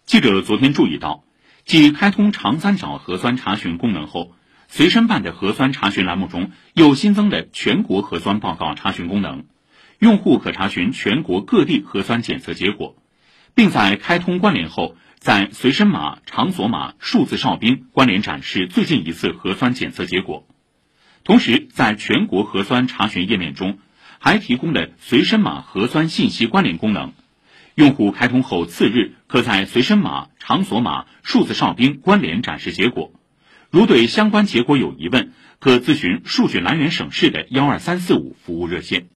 记者昨天注意到，继开通长三角核酸查询功能后，随身办的核酸查询栏目中又新增了全国核酸报告查询功能，用户可查询全国各地核酸检测结果，并在开通关联后，在随身码、场所码、数字哨兵关联展示最近一次核酸检测结果。同时，在全国核酸查询页面中，还提供了随身码核酸信息关联功能。用户开通后次日，可在随身码、场所码、数字哨兵关联展示结果。如对相关结果有疑问，可咨询数据来源省市的12345服务热线。